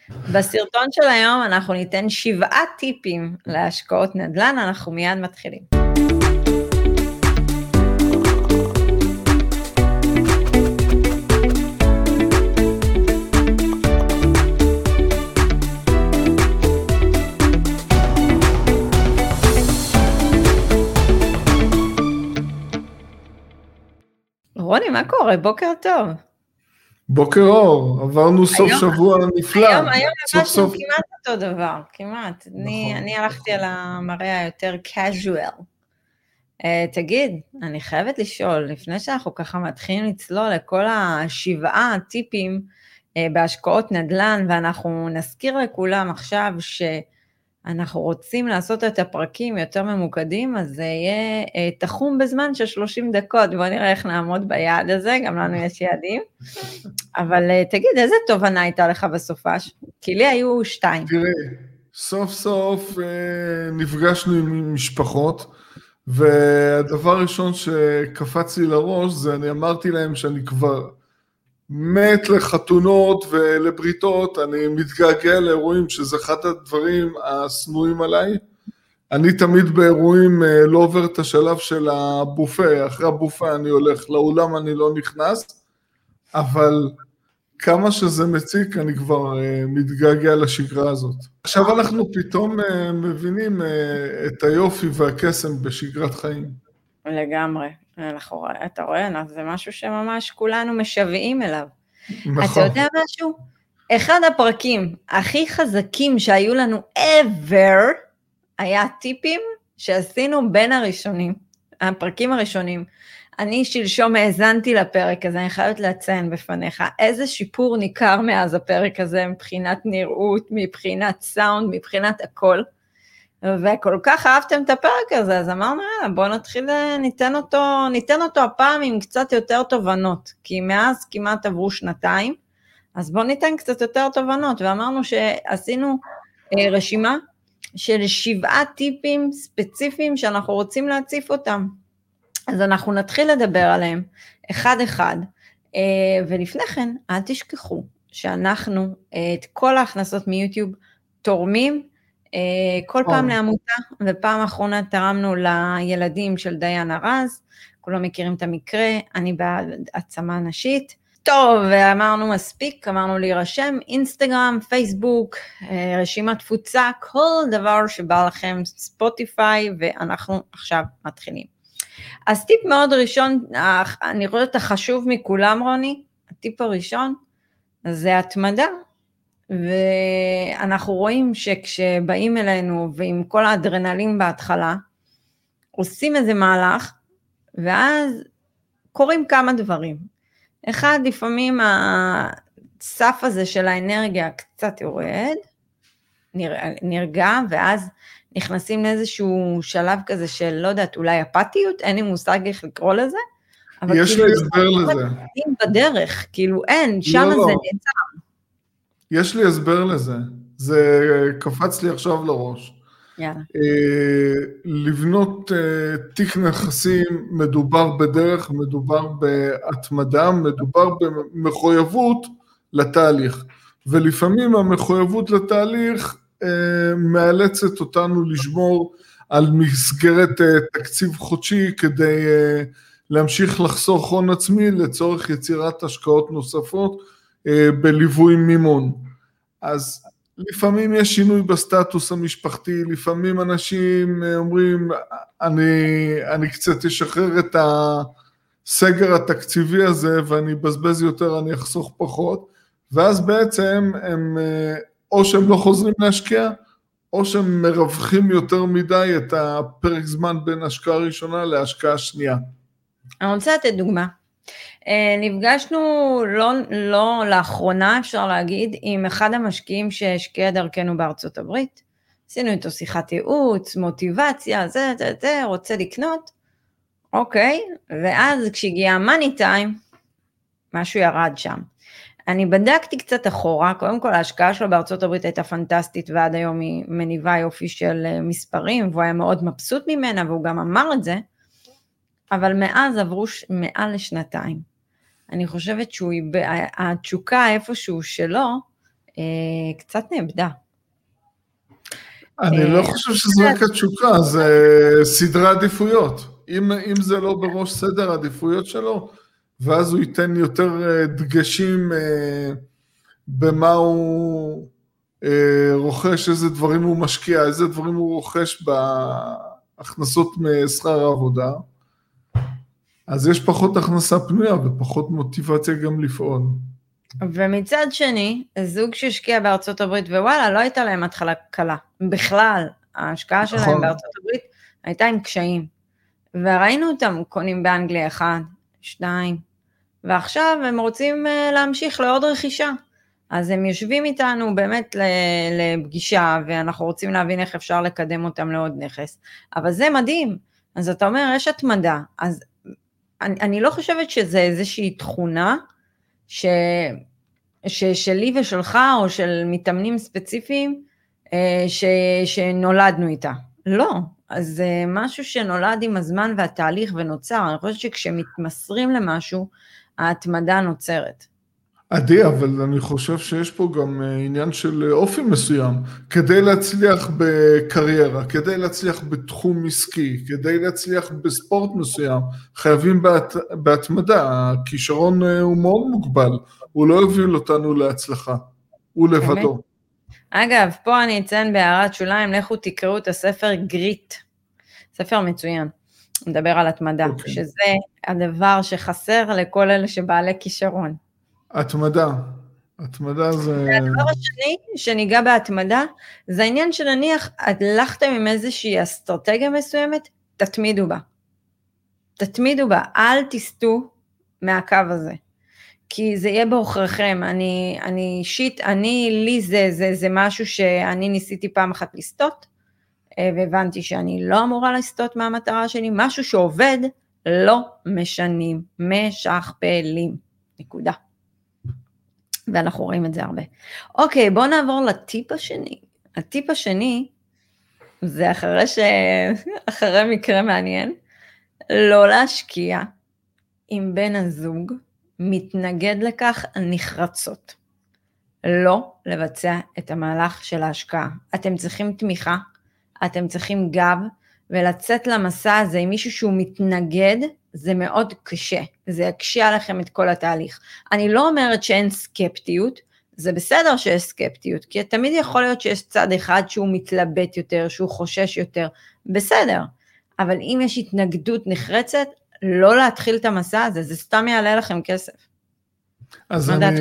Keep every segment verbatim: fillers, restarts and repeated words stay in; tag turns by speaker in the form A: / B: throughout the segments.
A: בסרטון של היום אנחנו ניתן שבעה טיפים להשקעות נדל"ן, אנחנו מיד מתחילים. רוני, מה קורה? בוקר טוב.
B: בוקר אור, עברנו סוף
A: היום,
B: שבוע נפלא.
A: היום, היום
B: סוף
A: נפגשנו
B: סוף...
A: כמעט אותו דבר, כמעט. נכון. אני, אני הלכתי על המראה היותר casual. Uh, תגיד, אני חייבת לשאול, לפני שאנחנו ככה מתחילים לצלול לכל השבעה טיפים uh, בהשקעות נדל"ן, ואנחנו נזכיר לכולם עכשיו שאנחנו רוצים לעשות את הפרקים יותר ממוקדים, אז זה יהיה uh, תחום בזמן של שלושים דקות, בואו נראה איך נעמוד ביעד הזה, גם לנו יש יעדים. אבל uh, תגיד, איזה תובנה הייתה לך בסופש? כי לי היו שתיים.
B: תראה, סוף סוף uh, נפגשנו עם משפחות, והדבר הראשון שקפץ לי לראש זה אני אמרתי להם שאני כבר מת לחתונות ולבריתות, אני מתגעגע לאירועים שזה אחד הדברים הסנועים עליי. אני תמיד באירועים לא עובר את השלב של הבופה, אחרי הבופה אני הולך לאולם, אני לא נכנס, אבל כמה שזה מציק אני כבר מתגעגע לשגרה הזאת. עכשיו אנחנו פתאום מבינים את היופי והקסם בשגרת חיים.
A: לגמרי, אתה רואה, זה משהו שממש כולנו משוועים אליו.
B: נכון.
A: אתה יודע משהו? אחד הפרקים הכי חזקים שהיו לנו ever, היה טיפים שעשינו בין הראשונים, הפרקים הראשונים. אני שלשום האזנתי לפרק הזה, אני חייבת לציין בפניך, איזה שיפור ניכר מאז הפרק הזה, מבחינת נראות, מבחינת סאונד, מבחינת הכל, וכל כך אהבתם את הפרק הזה, אז אמרנו, בואו נתחיל, ניתן אותו, ניתן אותו הפעם עם קצת יותר תובנות, כי מאז כמעט עברו שנתיים, אז בואו ניתן קצת יותר תובנות, ואמרנו שעשינו אה, רשימה של שבעה טיפים ספציפיים שאנחנו רוצים להציף אותם, אז אנחנו נתחיל לדבר עליהם, אחד אחד, ולפני כן, אל תשכחו שאנחנו את כל ההכנסות מיוטיוב תורמים, כל פעם לעמותה, ופעם האחרונה תרמנו לילדים של דיין הרז, כולם מכירים את המקרה, אני בהעצמה נשית, טוב, ואמרנו מספיק, אמרנו להירשם, אינסטגרם, פייסבוק, רשימת תפוצה, כל דבר שבא לכם, ספוטיפיי, ואנחנו עכשיו מתחילים. אז טיפ מאוד ראשון, אני רואה את החשוב מכולם רוני, הטיפ הראשון זה התמדה, ואנחנו רואים שכשבאים אלינו ועם כל האדרנלין בהתחלה, עושים איזה מהלך, ואז קורים כמה דברים. אחד, לפעמים הסף הזה של האנרגיה קצת יורד, נרגע, ואז נכנסים לאיזשהו שלב כזה של, לא יודעת, אולי אפתיות, אין לי מושג איך לקרוא לזה,
B: אבל יש כאילו, לי הסבר לזה.
A: בדרך, כאילו אין, שם לא, זה לא. נעצר.
B: יש לי הסבר לזה, זה קפץ לי עכשיו לראש.
A: יאללה.
B: לבנות תיק נכסים, מדובר בדרך, מדובר בהתמדה, מדובר במחויבות לתהליך, ולפעמים המחויבות לתהליך, מאלצת אותנו לשמור על מסגרת תקציב חודשי כדי להמשיך לחסוך הון עצמי לצורך יצירת השקעות נוספות בליווי מימון. אז לפעמים יש שינוי בסטטוס המשפחתי, לפעמים אנשים אומרים אני, אני קצת אשחרר את הסגר התקציבי הזה ואני בזבז יותר, אני אחסוך פחות, ואז בעצם הם או שהם לא חוזרים להשקיע, או שהם מרווחים יותר מדי את הפרק זמן בין השקעה ראשונה להשקעה שנייה.
A: אני רוצה לתת דוגמה. נפגשנו לא, לא לאחרונה, אפשר להגיד, עם אחד המשקיעים שהשקיע דרכנו בארצות הברית. עשינו איתו שיחת ייעוץ, מוטיבציה, זה, זה, זה, רוצה לקנות. אוקיי, ואז כשהגיע מאני טיים, משהו ירד שם. אני בדקתי קצת אחורה, קודם כל ההשקעה שלו בארצות הברית הייתה פנטסטית, ועד היום היא מניבה יופי של מספרים, והוא היה מאוד מבסוט ממנה, והוא גם אמר את זה, אבל מאז עברו מעל לשנתיים. אני חושבת שהתשוקה איפשהו שלו, קצת נאבדה.
B: אני לא חושב שזה רק התשוקה, זה סדרי עדיפויות. אם, אם זה לא בראש סדר העדיפויות שלו, ואז הוא ייתן יותר דגשים במה הוא רוכש, איזה דברים הוא משקיע, איזה דברים הוא רוכש בהכנסות משכר העבודה, אז יש פחות הכנסה פנויה ופחות מוטיבציה גם לפעול.
A: ומצד שני, זוג שהשקיע בארצות הברית, ווואלה, לא הייתה להם התחלה קלה. בכלל, ההשקעה שלהם נכון. בארצות הברית הייתה עם קשיים. וראינו אותם קונים באנגליה אחד, שתיים, ועכשיו הם רוצים להמשיך לעוד רכישה. אז הם יושבים איתנו באמת לפגישה, ואנחנו רוצים להבין איך אפשר לקדם אותם לעוד נכס. אבל זה מדהים. אז אתה אומר, יש התמדה. אז אני, אני לא חושבת שזה איזושהי תכונה, ש, ש, שלי ושלך, או של מתאמנים ספציפיים, ש, שנולדנו איתה. לא. אז זה משהו שנולד עם הזמן והתהליך ונוצר. אני חושבת שכשמתמסרים למשהו, ההתמדה נוצרת.
B: עדי, אבל אני חושב שיש פה גם עניין של אופי מסוים, כדי להצליח בקריירה, כדי להצליח בתחום עסקי, כדי להצליח בספורט מסוים, חייבים בהת... בהתמדה, הכישרון הוא מאוד מוגבל, הוא לא יוביל אותנו להצלחה, הוא לבדו.
A: אגב, פה אני אציין בהערת שוליים, לכו תקראו את הספר גריט, ספר מצוין, מדבר על התמדה, okay. שזה הדבר שחסר לכל אלה שבעלי כישרון.
B: התמדה, התמדה זה...
A: הדבר השני שניגע בהתמדה, זה העניין שנניח, הלכתם עם איזושהי אסטרטגיה מסוימת, תתמידו בה. תתמידו בה, אל תסתו מהקו הזה. כי זה יהיה באוכריכם, אני, אני שיט, אני, לי זה, זה, זה משהו שאני ניסיתי פעם אחת לסטות, והבנתי שאני לא אמורה לסטות מהמטרה שלי, משהו שעובד, לא משנים, משכפלים, נקודה. ואנחנו רואים את זה הרבה. אוקיי, בואו נעבור לטיפ השני. הטיפ השני, זה אחרי ש... אחרי מקרה מעניין, לא להשקיע עם בן הזוג, מתנגד לכך נחרצות. לא לבצע את המהלך של ההשקעה. אתם צריכים תמיכה, אתם צריכים גב, ולצאת למסע הזה עם מישהו שהוא מתנגד, זה מאוד קשה, זה יקשה עליכם את כל התהליך. אני לא אומרת שאין סקפטיות, זה בסדר שיש סקפטיות, כי תמיד יכול להיות שיש צד אחד שהוא מתלבט יותר, שהוא חושש יותר, בסדר, אבל אם יש התנגדות נחרצת, לא להתחיל את המסע הזה, זה סתם יעלה לכם כסף.
B: אז אני,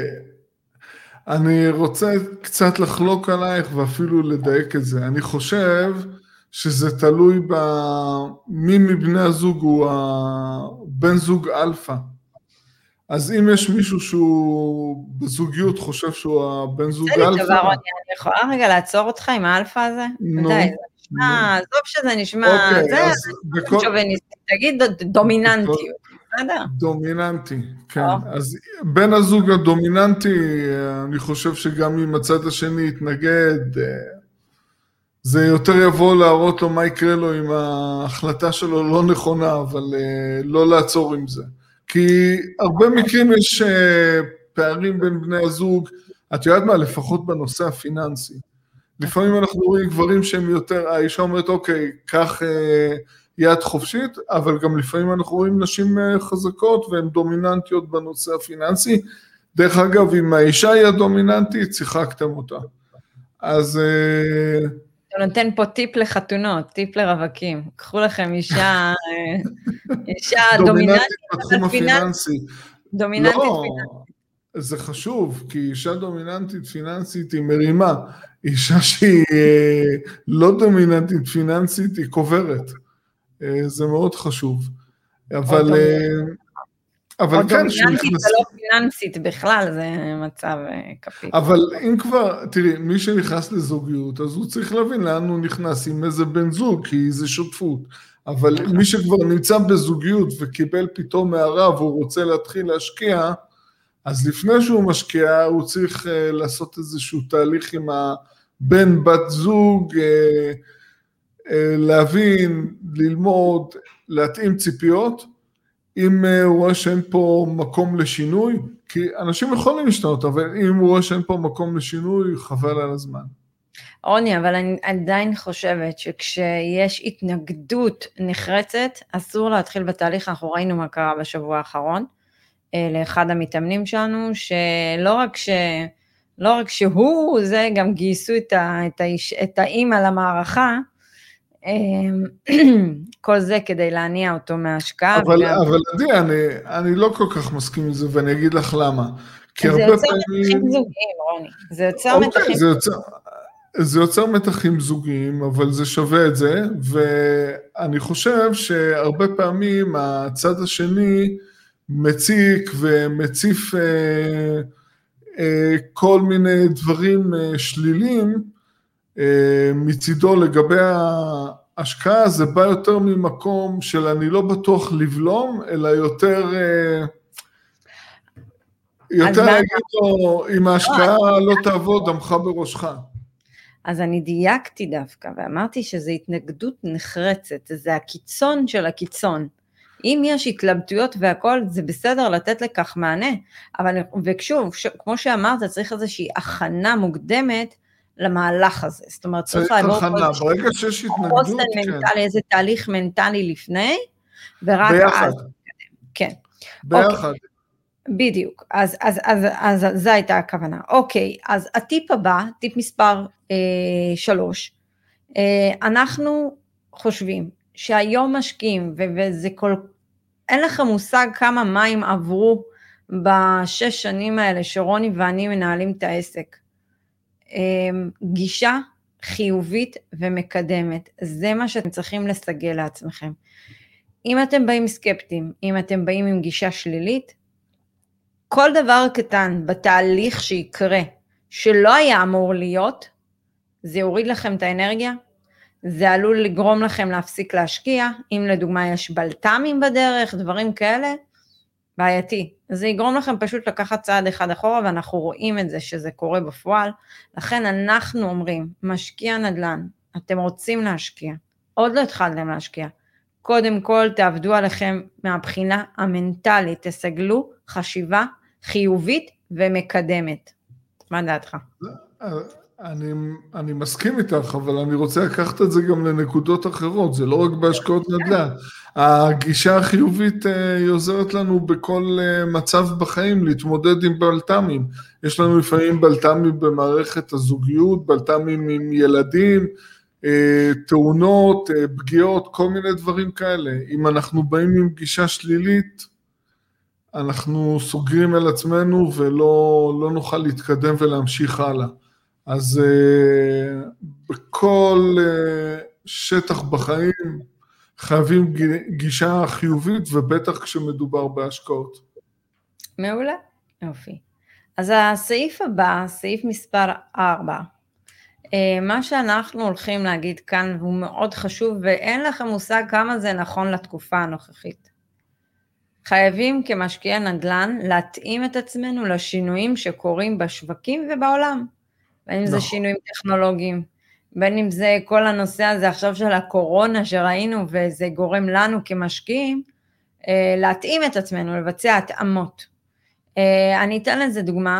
B: אני רוצה קצת לחלוק עלייך, ואפילו לדייק את זה. אני חושב שזה תלוי במי מבני הזוג הוא הבן זוג אלפא. אז אם יש מישהו שהוא בזוגיות חושב שהוא הבן זוג אלפא...
A: זה לי דבר, אני יכולה רגע לעצור אותך עם האלפא הזה? נו. די, זה נשמע, עזוב שזה נשמע, זה שוביניסטי, תגיד דומיננטיות, בסדר?
B: דומיננטי, כן. אז בין הזוג הדומיננטי, אני חושב שגם אם הצד השני יתנגד, זה יותר יבוא להראות לו מה יקרה לו אם ההחלטה שלו לא נכונה, אבל לא לעצור עם זה. כי הרבה מקרים יש פערים בין בני הזוג, את יודעת מה, לפחות בנושא הפיננסי. לפעמים אנחנו רואים גברים שהם יותר, האישה אומרת, אוקיי, כך יד חופשית, אבל גם לפעמים אנחנו רואים נשים חזקות והן דומיננטיות בנושא הפיננסי. דרך אגב, אם האישה היא הדומיננטית, שיחקתם אותה. אז...
A: אתה נותן פה טיפ לחתונות, טיפ לרווקים. קחו לכם אישה, אישה דומיננטית
B: בתחום הפיננסי.
A: דומיננטית
B: לא,
A: פיננסית.
B: זה חשוב, כי אישה דומיננטית פיננסית היא מרימה. אישה שהיא לא דומיננטית פיננסית היא קוברת. זה מאוד חשוב. אבל... אבל
A: או כן, דומיננטית ולא פיננסית בכלל, זה מצב כפי.
B: אבל אם כבר, תראי, מי שנכנס לזוגיות, אז הוא צריך להבין לאן הוא נכנס, עם איזה בן זוג, כי זה שותפות. אבל מי שכבר נמצא בזוגיות וקיבל פתאום מערה, והוא רוצה להתחיל להשקיע, אז לפני שהוא משקיע, הוא צריך לעשות איזשהו תהליך עם הבן בת זוג, להבין, ללמוד, להתאים ציפיות, אם הוא רואה שאין פה מקום לשינוי, כי אנשים יכולים להשתנות, אבל אם הוא רואה שאין פה מקום לשינוי, חבל על הזמן.
A: רוני, אבל אני עדיין חושבת שכשיש התנגדות נחרצת, אסור להתחיל בתהליך. אנחנו ראינו מה קרה בשבוע האחרון, לאחד המתאמנים שלנו, שלא רק ש... לא רק שהוא, זה גם גייסו את, ה... את, האיש... את האמא למערכה, כל זה כדי להניע אותו מההשקעה.
B: אבל, וגם... אבל עדי, אני, אני לא כל כך מסכים עם זה, ואני אגיד לך למה.
A: זה יוצר פעמים... מתחים זוגיים, רוני. זה יוצר
B: אוקיי,
A: מתחים...
B: זה יוצר... זה יוצר מתחים זוגיים, אבל זה שווה את זה, ואני חושב שהרבה פעמים הצד השני מציק ומציף אה, אה, כל מיני דברים אה, שלילים אה, מצידו לגבי ההשקעה. זה בא יותר ממקום של אני לא בטוח לבלום, אלא יותר... אה, יותר להגיד לו, אם ההשקעה לא תעבוד, דמך בראשך.
A: אז אני דייקתי דווקא, ואמרתי שזה התנגדות נחרצת, זה הקיצון של הקיצון. אם יש התלבטויות והכל, זה בסדר לתת לכך מענה, אבל, ושוב, ש, כמו שאמרת, צריך איזושהי הכנה מוקדמת למהלך הזה. זאת אומרת, צריך לעבור
B: הכנה, ברגע שיש התנגדות, כן.
A: מנטלי, איזה תהליך מנטלי לפני, ורק
B: ביחד.
A: אז. כן.
B: ביחד.
A: אוקיי. בדיוק, אז, אז, אז, אז, אז זו הייתה הכוונה. אוקיי, אז הטיפ הבא, טיפ מספר אה, שלוש, אה, אנחנו חושבים שהיום משקיעים, ו- וזה כל, אין לכם מושג כמה מים עברו בשש שנים האלה שרוני ואני מנהלים את העסק. אה, גישה חיובית ומקדמת, זה מה שאתם צריכים לסגל לעצמכם. אם אתם באים סקפטיים, אם אתם באים עם גישה שלילית, כל דבר קטן בתהליך שיקרה, שלא היה אמור להיות, זה יוריד לכם את האנרגיה, זה עלול לגרום לכם להפסיק להשקיע, אם לדוגמה יש בלת"מים בדרך, דברים כאלה, בעייתי. זה יגרום לכם פשוט לקחת צעד אחד אחורה, ואנחנו רואים את זה שזה קורה בפועל, לכן אנחנו אומרים, משקיע נדל"ן, אתם רוצים להשקיע, עוד לא התחלתם להשקיע, קודם כל תעבדו עליכם מהבחינה המנטלית, תסגלו חשיבה חיובית ומקדמת. מה דעתך?
B: אני, אני מסכים איתך, אבל אני רוצה לקחת את זה גם לנקודות אחרות, זה לא רק בהשקעות נדל"ן. הגישה החיובית היא עוזרת לנו בכל מצב בחיים להתמודד עם בלת"מים. יש לנו לפעמים בלת"מים במערכת הזוגיות, בלת"מים עם ילדים, תאונות, פגיעות, כל מיני דברים כאלה. אם אנחנו באים עם גישה שלילית, אנחנו סוגרים על עצמנו ולא לא נוכל להתקדם ולהמשיך הלאה. אז uh, בכל uh, שטח בחיים חייבים גישה חיובית, ובטח כשמדובר בהשקעות.
A: מעולה, יופי. אז הסעיף הבא, סעיף מספר ארבע, uh, מה שאנחנו הולכים להגיד כאן, הוא מאוד חשוב, ואין לכם מושג כמה זה נכון לתקופה הנוכחית. חייבים כמשקיע נדל"ן להתאים את עצמנו לשינויים שקורים בשווקים ובעולם. בין אם זה שינויים טכנולוגיים, בין אם זה כל הנושא הזה עכשיו של הקורונה שראינו, וזה גורם לנו כמשקיעים, להתאים את עצמנו, לבצע התאמות. אני אתן לזה דוגמה,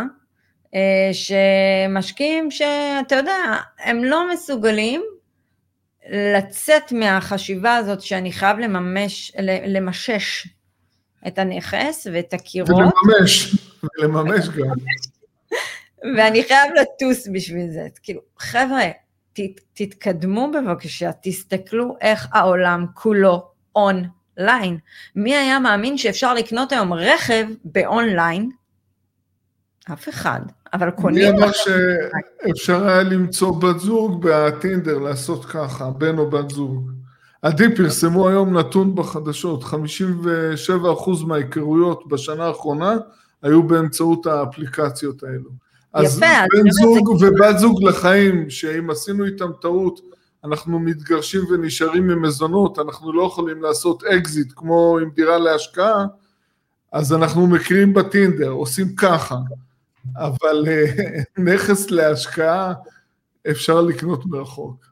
A: שמשקיעים שאתה יודע, הם לא מסוגלים לצאת מהחשיבה הזאת שאני חייב לממש, למשש את הנכס ואת הקירות.
B: ולממש, ולממש גם.
A: ואני חייב לטוס בשביל זה. כאילו, חבר'ה, ת, תתקדמו בבקשה, תסתכלו איך העולם כולו אונליין. מי היה מאמין שאפשר לקנות היום רכב באונליין? אף אחד, אבל קונים...
B: מי אמר שאפשר היה למצוא בת זוג בטינדר, לעשות ככה, בן או בת זוג. עדי, פרסמו היום נתון בחדשות, חמישים ושבעה אחוז מההיכרויות בשנה האחרונה, היו באמצעות האפליקציות האלו. אז
A: יפה,
B: בן זוג ובת זוג לחיים, שאם עשינו איתם טעות, אנחנו מתגרשים ונשארים עם מזונות, אנחנו לא יכולים לעשות אקזיט כמו עם דירה להשקעה, אז אנחנו מכירים בטינדר, עושים ככה, אבל נכס להשקעה אפשר לקנות מרחוק.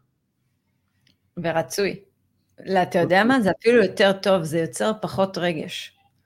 A: ורצוי. לא, אתה יודע מה? זה אפילו יותר טוב, זה יוצר פחות רגש.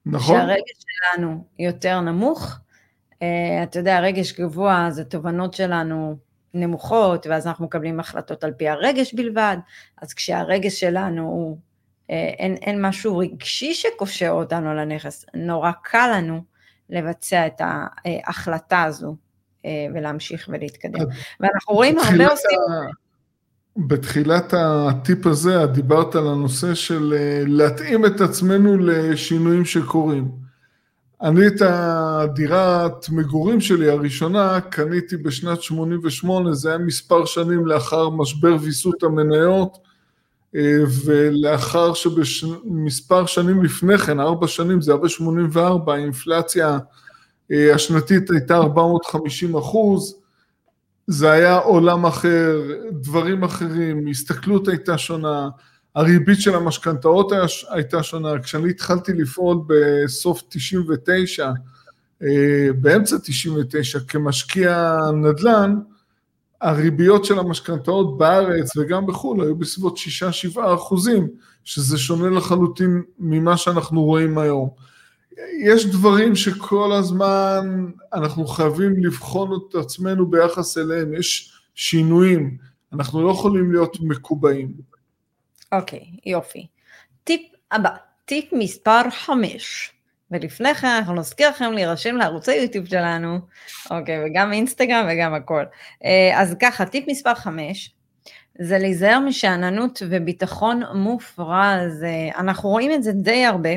B: נכון.
A: שהרגש שלנו יותר נמוך, אתה יודע, רגש גבוה, אז התובנות שלנו נמוכות, ואז אנחנו מקבלים החלטות על פי הרגש בלבד, אז כשהרגש שלנו, אין, אין משהו רגשי שקושר אותנו לנכס, נורא קל לנו לבצע את ההחלטה הזו, ולהמשיך ולהתקדם. ואנחנו רואים הרבה עושים...
B: בתחילת הטיפ הזה, את דיברת על הנושא של להתאים את עצמנו לשינויים שקורים. אני את הדירת מגורים שלי הראשונה קניתי בשנת שמונים ושמונה, זה היה מספר שנים לאחר משבר ויסות המניות, ולאחר שבמספר שנים לפני כן, ארבע שנים, זה היה ב-שמונים וארבע, האינפלציה השנתית הייתה ארבע מאות וחמישים אחוז, זה היה עולם אחר, דברים אחרים, הסתכלות הייתה שונה, הריבית של המשכנתאות הייתה שונה. כשאני התחלתי לפעול בסוף תשעים ותשע, באמצע תשעים ותשע, כמשקיע נדל"ן, הריביות של המשכנתאות בארץ וגם בחו"ל היו בסביבות שישה שבעה אחוזים, שזה שונה לחלוטין ממה שאנחנו רואים היום. יש דברים שכל הזמן אנחנו חייבים לבחון את עצמנו ביחס אליהם, יש שינויים, אנחנו לא יכולים להיות מקובעים.
A: אוקיי, יופי. טיפ הבא, טיפ מספר חמש, ולפני כן אנחנו נזכיר לכם להירשם לערוץ היוטיוב שלנו, אוקיי, וגם אינסטגרם וגם הכל. אז ככה, טיפ מספר חמש, זה להיזהר משעננות וביטחון מופרז, אנחנו רואים את זה די הרבה,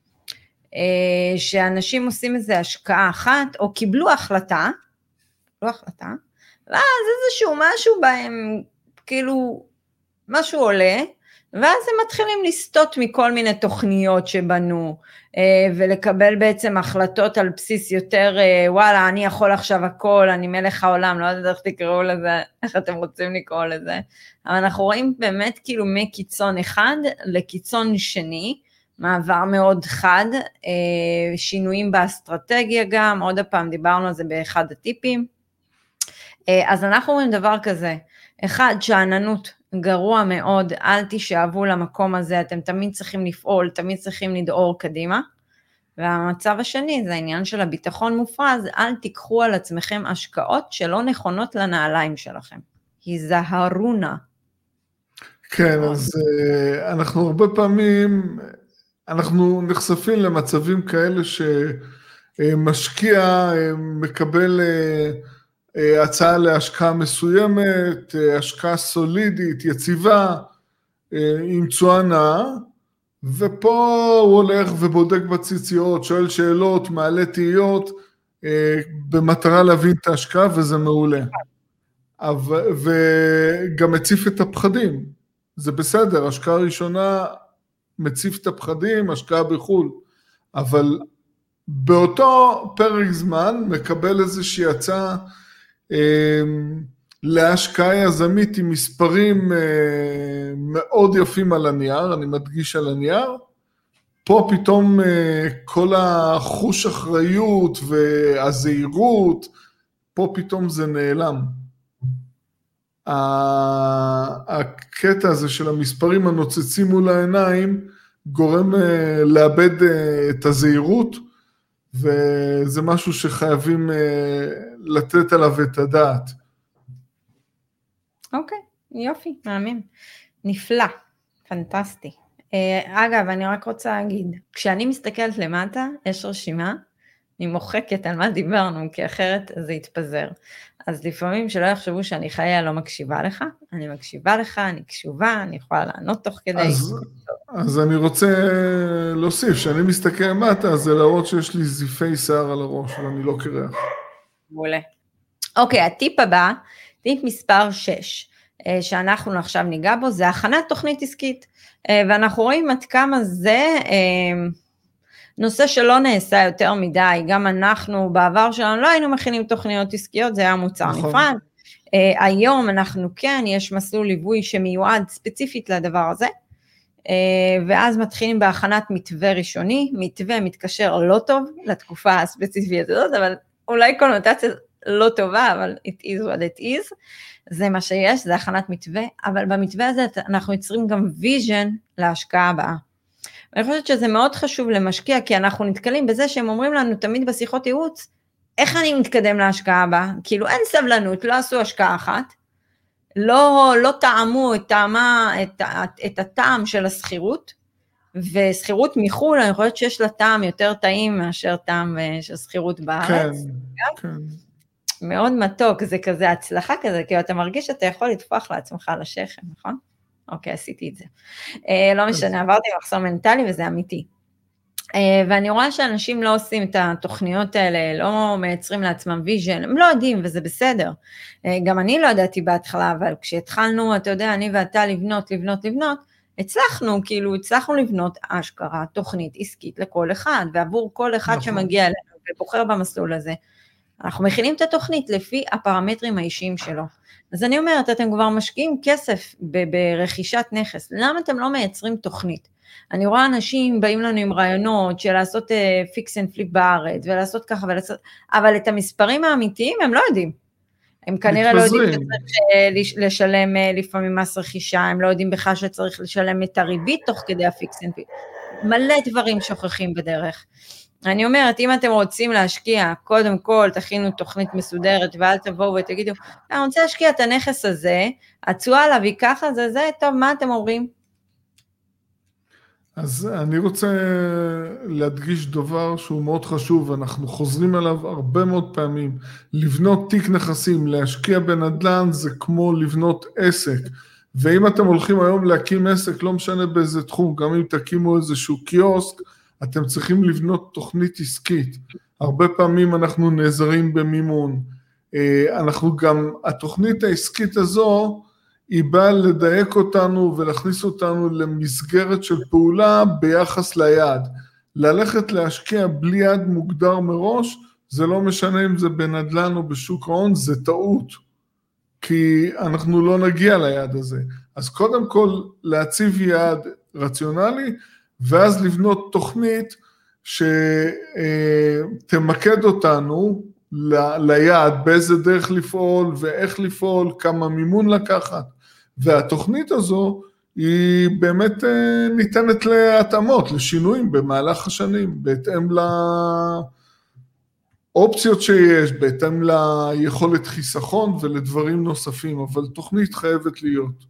A: שאנשים עושים איזו השקעה אחת, או קיבלו החלטה, קיבלו החלטה, ואז איזשהו משהו בהם, כאילו, משהו עולה, ואז הם מתחילים לסטות מכל מיני תוכניות שבנו, ולקבל בעצם החלטות על בסיס יותר, וואלה, אני יכול עכשיו הכל, אני מלך העולם, לא יודעת איך תקראו לזה, איך אתם רוצים לקרוא לזה, אבל אנחנו רואים באמת כאילו מקיצון אחד לקיצון שני, מעבר מאוד חד, שינויים באסטרטגיה גם, עוד הפעם דיברנו על זה באחד הטיפים, אז אנחנו רואים דבר כזה, אחד, שעננות גרוע מאוד, אל תשאבו למקום הזה, אתם תמיד צריכים לפעול, תמיד צריכים לדאור קדימה, והמצב השני זה העניין של הביטחון מופרז, אל תיקחו על עצמכם השקעות שלא נכונות לנעליים שלכם, היזהרו נא.
B: כן, אז אנחנו הרבה פעמים, אנחנו נחשפים למצבים כאלה שמשקיע מקבל הצעה להשקעה מסוימת, השקעה סולידית, יציבה, עם תשואה נאה, ופה הוא הולך ובודק בציציות, שואל שאלות, מעלה תהיות, במטרה להבין את ההשקעה, וזה מעולה. וגם מציף את הפחדים, זה בסדר, השקעה ראשונה מציף את הפחדים, השקעה בחול, אבל באותו פרק זמן מקבל איזושהי הצעה, להשקעה יזמית עם מספרים מאוד יפים על הנייר, אני מדגיש על הנייר, פה פתאום כל החוש אחריות והזהירות, פה פתאום זה נעלם. הקטע הזה של המספרים הנוצצים מול העיניים, גורם לאבד את הזהירות, וזה משהו שחייבים לתת עליו את הדעת.
A: אוקיי, יופי, מאמין. נפלא, פנטסטי. אגב, אני רק רוצה להגיד, כשאני מסתכלת למטה, יש רשימה, אני מוחקת על מה דיברנו, כי אחרת זה יתפזר. אז לפעמים שלא יחשבו שאני חיה לא מקשיבה לך, אני מקשיבה לך, אני קשובה, אני יכולה לענות תוך כדי.
B: אז, אז אני רוצה להוסיף, שאני מסתכל למטה, זה להראות שיש לי זיפי שיער על הראש, ואני לא קרח.
A: מעולה. אוקיי, הטיפ הבא, טיפ מספר שש, שאנחנו עכשיו ניגע בו, זה הכנת תוכנית עסקית, ואנחנו רואים עד כמה זה נושא שלא נעשה יותר מדי, גם אנחנו בעבר שלנו לא היינו מכינים תוכניות עסקיות, זה היה מוצר נכון. נפרד, היום אנחנו כן, יש מסלול ליווי שמיועד ספציפית לדבר הזה, ואז מתחילים בהכנת מתווה ראשוני, מתווה מתקשר לא טוב לתקופה הספציפית הזאת, אבל אולי קונוטציה לא טובה, אבל it is what it is, זה מה שיש, זה הכנת מתווה, אבל במתווה הזה אנחנו יוצרים גם vision להשקעה הבאה, אני חושבת שזה מאוד חשוב למשקיע, כי אנחנו נתקלים בזה שהם אומרים לנו תמיד בשיחות ייעוץ, איך אני מתקדם להשקעה הבאה? כאילו אין סבלנות, לא עשו השקעה אחת, לא, לא טעמו את, טעמה, את, את הטעם של הסחירות, וסחירות מחול, אני חושבת שיש לה טעם יותר טעים מאשר טעם של סחירות בארץ.
B: כן, כן.
A: מאוד מתוק, זה כזה הצלחה כזה, כי אתה מרגיש שאתה יכול לתפוח לעצמך על השכם, נכון? אוקיי, עשיתי את זה. לא משנה, עברתי מחסום מנטלי וזה אמיתי. ואני רואה שאנשים לא עושים את התוכניות האלה, לא מייצרים לעצמם ויז'ן, הם לא יודעים וזה בסדר. גם אני לא ידעתי בהתחלה, אבל כשהתחלנו, אתה יודע, אני ואתה לבנות, לבנות, לבנות, הצלחנו, כאילו הצלחנו לבנות אשכרה, תוכנית עסקית לכל אחד, ועבור כל אחד נכון. שמגיע אלינו ובוחר במסלול הזה, אנחנו מכינים את התוכנית לפי הפרמטרים האישיים שלו. אז אני אומרת, אתם כבר משקיעים כסף ברכישת נכס, למה אתם לא מייצרים תוכנית? אני רואה אנשים באים לנו עם רעיונות של לעשות פיקס אנד פליפ בארץ, ולעשות ככה ולעשות, אבל את המספרים האמיתיים הם לא יודעים. הם כנראה לא יודעים שצריך לשלם לפעמים מס רכישה, הם לא יודעים בכלל שצריך לשלם את הריבית תוך כדי הפיקס אנד פליפ. מלא דברים שוכחים בדרך. אני אומרת, אם אתם רוצים להשקיע, קודם כל תכינו תוכנית מסודרת, ואל תבואו ותגידו, אני רוצה להשקיע את הנכס הזה, התשואה עליו היא ככה, זה זה, טוב, מה אתם אומרים?
B: אז אני רוצה להדגיש דבר שהוא מאוד חשוב, אנחנו חוזרים עליו הרבה מאוד פעמים, לבנות תיק נכסים, להשקיע בנדל"ן זה כמו לבנות עסק, ואם אתם הולכים היום להקים עסק, לא משנה באיזה תחום, גם אם תקימו איזשהו קיוסק, אתם צריכים לבנות תוכנית עסקית, הרבה פעמים אנחנו נעזרים במימון, אנחנו גם, התוכנית העסקית הזו, היא באה לדייק אותנו ולהכניס אותנו למסגרת של פעולה ביחס ליעד. ללכת להשקיע בלי יעד מוגדר מראש, זה לא משנה אם זה בנדל"ן או בשוק ההון, זה טעות, כי אנחנו לא נגיע ליעד הזה. אז קודם כל להציב יעד רציונלי, ואז לבנות תוכנית שתמקד אותנו ליעד, באיזה דרך לפעול ואיך לפעול, כמה מימון לקחת. והתוכנית הזו היא באמת ניתנת להתאמות, לשינויים במהלך השנים, בהתאם לאופציות שיש, בהתאם ליכולת חיסכון ולדברים נוספים, אבל תוכנית חייבת להיות.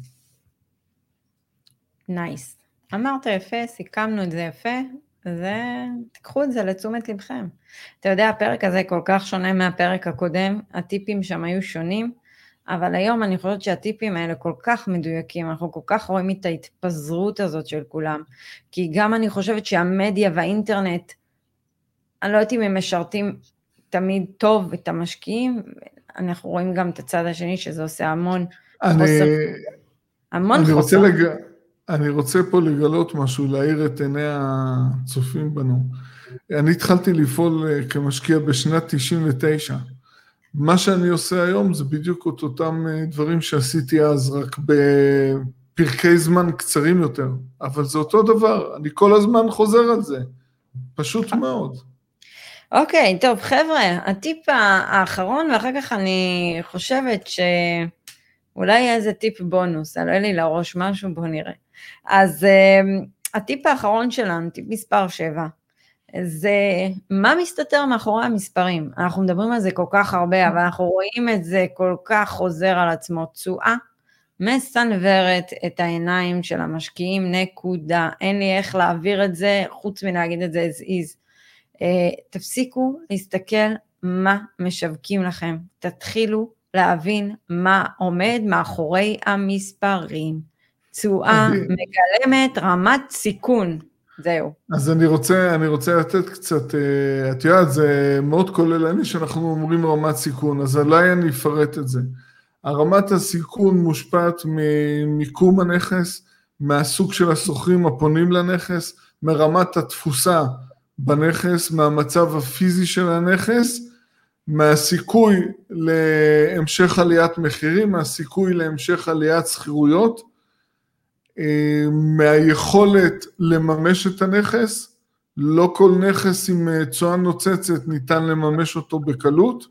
A: נייס. אמרת יפה, סיכמנו את זה יפה, זה, תקחו את זה לתשומת לבכם. אתה יודע, הפרק הזה כל כך שונה מהפרק הקודם, הטיפים שם היו שונים, אבל היום אני חושבת שהטיפים האלה כל כך מדויקים, אנחנו כל כך רואים את ההתפזרות הזאת של כולם, כי גם אני חושבת שהמדיה והאינטרנט, אני לא יודעת אם הם משרתים תמיד טוב את המשקיעים, אנחנו רואים גם את הצד השני שזה עושה המון
B: אני,
A: חוסר. המון
B: אני
A: חוסר.
B: רוצה לג... אני רוצה פה לגלות משהו, להאיר את עיני הצופים בנו. אני התחלתי לפעול כמשקיע בשנת תשעים ותשע. מה שאני עושה היום זה בדיוק את אותם דברים שעשיתי אז, רק בפרקי זמן קצרים יותר. אבל זה אותו דבר, אני כל הזמן חוזר על זה. פשוט מאוד.
A: אוקיי, טוב, חבר'ה, הטיפ האחרון, ואחר כך אני חושבת ש... אולי יהיה איזה טיפ בונוס, עלה לי לראש משהו, בוא נראה. אז uh, הטיפ האחרון שלנו, טיפ מספר שבע, זה מה מסתתר מאחורי המספרים. אנחנו מדברים על זה כל כך הרבה, אבל אנחנו רואים את זה כל כך חוזר על עצמו, תשואה, מסנוורת את העיניים של המשקיעים, נקודה, אין לי איך להעביר את זה, חוץ מלהגיד את זה as is. Uh, תפסיקו להסתכל מה משווקים לכם, תתחילו להבין מה עומד מאחורי המספרים. תשואה מגלמת רמת סיכון. זהו.
B: אז אני רוצה, אני רוצה לתת קצת, את יודעת, זה מאוד כוללני שאנחנו אומרים רמת סיכון, אז אולי אני אפרט את זה. הרמת הסיכון מושפעת ממיקום הנכס, מהסוג של הסוחרים הפונים לנכס, מרמת התפוסה בנכס, מהמצב הפיזי של הנכס, מהסיכוי להמשך עליית מחירים, מהסיכוי להמשך עליית שכירויות, מהיכולת לממש את הנכס, לא כל נכס עם תשואה נוצצת ניתן לממש אותו בקלות,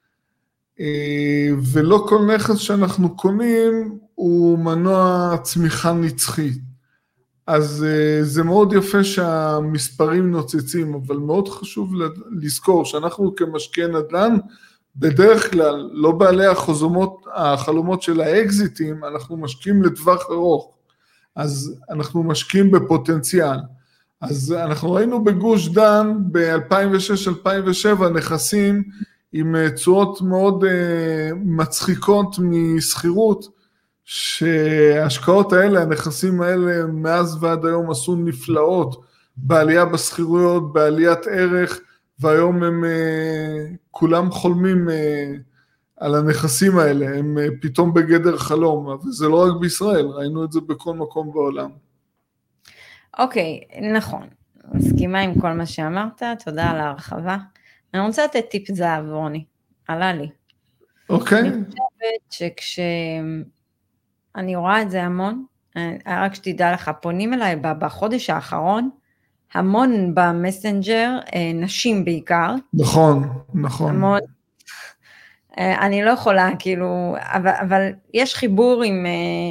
B: ולא כל נכס שאנחנו קונים הוא מנוע צמיחה נצחי. אז זה מאוד יפה שהמספרים נוצצים, אבל מאוד חשוב לזכור שאנחנו כמשקיעי נדל"ן, בדרך כלל לא בעלי החלומות, החלומות של האקזיטים, אנחנו משקיעים לטווח ארוך, אז אנחנו משקיעים בפוטנציאל. אז אנחנו ראינו בגוש דן ב-אלפיים ושש אלפיים ושבע נכסים עם תשואות מאוד מצחיקות מסחירות, שההשקעות האלה, הנכסים האלה מאז ועד היום עשו נפלאות, בעלייה בסחירויות, בעליית ערך, והיום הם כולם חולמים על הנכסים האלה, הם פתאום בגדר חלום, וזה לא רק בישראל, ראינו את זה בכל מקום בעולם.
A: אוקיי, נכון, מסכימה עם כל מה שאמרת, תודה על ההרחבה. אני רוצה לתת טיפ זהב, רוני, עלה לי.
B: אוקיי.
A: אני חושבת שכש... אני רואה את זה המון, רק שתדע לך, פונים אליי בחודש האחרון, המון במסנג'ר, נשים בעיקר.
B: נכון, נכון.
A: המון, אני לא יכולה, כאילו, אבל, אבל יש חיבור עם,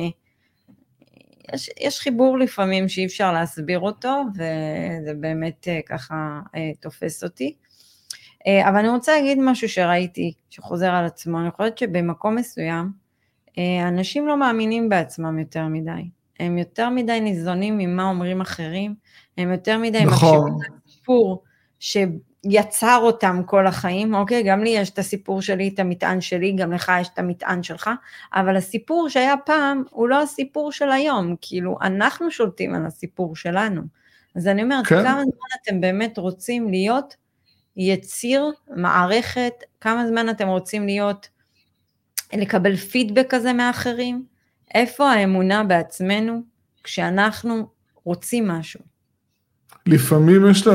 A: יש, יש חיבור לפעמים שאי אפשר להסביר אותו, וזה באמת ככה תופס אותי. אבל אני רוצה להגיד משהו שראיתי, שחוזר על עצמו, אני חושבת שבמקום מסוים, אנשים לא מאמינים בעצמם יותר מדי, הם יותר מדי ניזונים ממה אומרים אחרים, הם יותר מדי
B: נכון.
A: מקשיבים לסיפור שיצר אותם כל החיים, אוקיי, גם לי יש את הסיפור שלי, את המטען שלי, גם לך יש את המטען שלך, אבל הסיפור שהיה פעם הוא לא הסיפור של היום, כאילו אנחנו שולטים על הסיפור שלנו, אז אני אומרת, כן. כמה זמן אתם באמת רוצים להיות יציר, מערכת, כמה זמן אתם רוצים להיות לקבל פידבק כזה מאחרים, איפה האמונה בעצמנו, כשאנחנו רוצים משהו?
B: לפעמים יש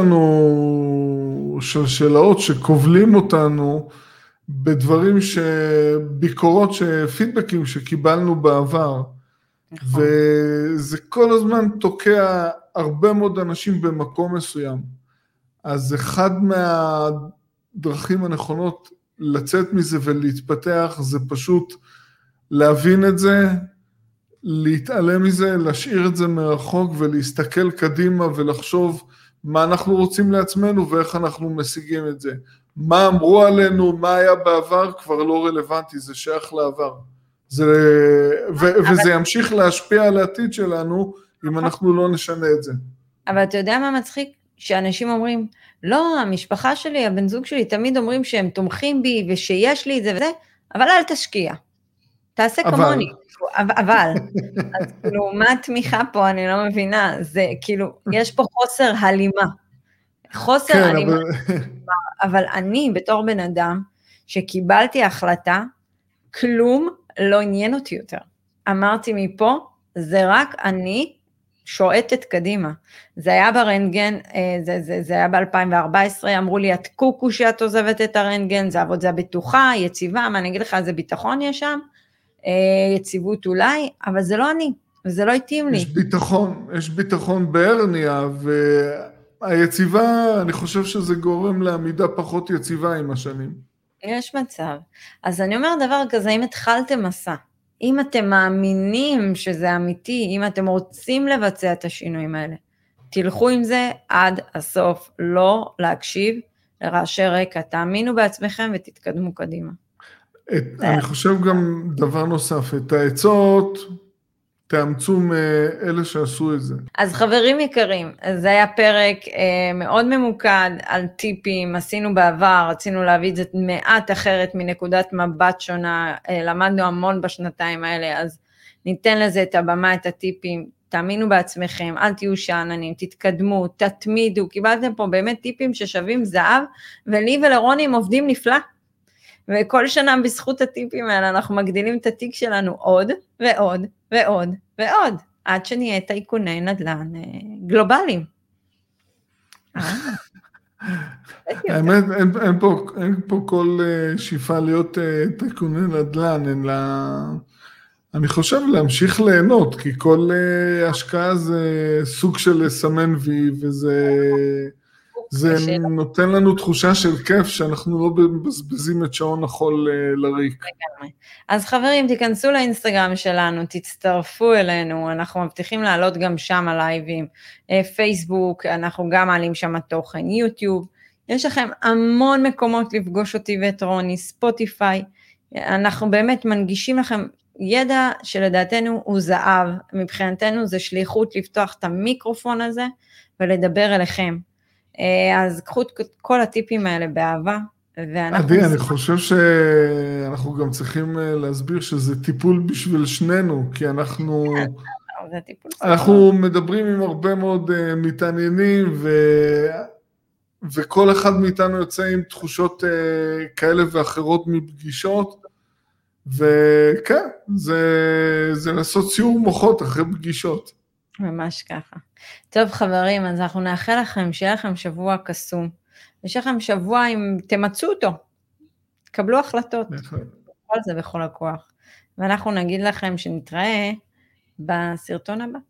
B: לנו שלשלאות שקובלים אותנו, בדברים שביקורות, פידבקים שקיבלנו בעבר, נכון. וזה כל הזמן תוקע הרבה מאוד אנשים במקום מסוים, אז אחד מהדרכים הנכונות, לצאת מזה ולהתפתח, זה פשוט להבין את זה, להתעלם מזה, להשאיר את זה מרחוק ולהסתכל קדימה ולחשוב מה אנחנו רוצים לעצמנו ואיך אנחנו משיגים את זה. מה אמרו עלינו, מה היה בעבר, כבר לא רלוונטי, זה שייך לעבר. זה, ו- אבל... וזה ימשיך להשפיע על העתיד שלנו אם אנחנו לא נשנה את זה.
A: אבל אתה יודע מה מצחיק? שאנשים אומרים, לא, המשפחה שלי, הבן זוג שלי, תמיד אומרים שהם תומכים בי, ושיש לי את זה וזה, אבל אל תשקיע. תעשה אבל. כמוני. אבל, אז כאילו, מה התמיכה פה? אני לא מבינה. זה כאילו, יש פה חוסר הלימה. חוסר כן, הלימה. אבל... אבל אני, בתור בן אדם, שקיבלתי החלטה, כלום לא עניין אותי יותר. אמרתי מפה, זה רק אני, שועטת קדימה. זה היה ברנטגן, זה, זה, זה היה ב-אלפיים וארבע עשרה, אמרו לי, את קוקו שאת עוזבת את הרנטגן, זה עבודה בטוחה, יציבה, מה אני אגיד לך, איזה ביטחון יש שם, יציבות אולי, אבל זה לא אני, וזה לא התאים לי.
B: יש ביטחון, יש ביטחון בהרניה, והיציבה, אני חושב שזה גורם לעמידה פחות יציבה עם השנים.
A: יש מצב. אז אני אומר דבר כזה, אם התחלתם מסע, אם אתם מאמינים שזה אמיתי, אם אתם רוצים לבצע את השינויים האלה, תלכו עם זה עד הסוף, לא להקשיב לרעשי רקע, תאמינו בעצמכם ותתקדמו קדימה.
B: את, אני חושב גם דבר נוסף, את העצות תאמצו מאלה שעשו את זה.
A: אז חברים יקרים, זה היה פרק אה, מאוד ממוקד על טיפים, עשינו בעבר, רצינו להביא את זה מעט אחרת מנקודת מבט שונה, אה, למדנו המון בשנתיים האלה, אז ניתן לזה את הבמה, את הטיפים, תאמינו בעצמכם, אל תהיו שעננים, תתקדמו, תתמידו, קיבלתם פה באמת טיפים ששווים זהב, ולי ולרוני הם עובדים נפלא, וכל שנה בזכות הטיפים האלה אנחנו מגדילים את התיק שלנו עוד ועוד ועוד ועוד, עד שנהיה טייקוני נדל"ן גלובליים.
B: האמת, אין, אין, פה, אין פה כל שאיפה להיות טייקוני נדל"ן, אלא אני חושב להמשיך ליהנות, כי כל השקעה זה סוג של לסמן וי, וזה זה נותן לנו תחושה של כיף שאנחנו לא מבזבזים את שעון החול לריק.
A: אז חברים, תיכנסו לאינסטגרם שלנו, תצטרפו אלינו, אנחנו מבטיחים לעלות גם שם הלייבים, פייסבוק, אנחנו גם מעלים שם תוכן, יוטיוב, יש לכם המון מקומות לפגוש אותי ואת רוני, ספוטיפיי, אנחנו באמת מנגישים לכם ידע שלדעתנו הוא זהב, מבחינתנו זה שליחות לפתוח את המיקרופון הזה ולדבר אליכם. אז קחו את כל הטיפים האלה באהבה.
B: עדי, אני חושב שאנחנו גם צריכים להסביר שזה טיפול בשביל שנינו, כי אנחנו, אנחנו מדברים עם הרבה מאוד מתעניינים, ו... וכל אחד מאיתנו יוצא עם תחושות כאלה ואחרות מפגישות, וכן, זה, זה לעשות סיור מוחות אחרי פגישות.
A: ממש ככה. טוב חברים, אז אנחנו נאחל לכם, שיהיה לכם שבוע קסום, ושיהיה לכם שבוע אם תמצאו אותו, קבלו החלטות, כל זה בכל הכוח, ואנחנו נגיד לכם שנתראה בסרטון הבא.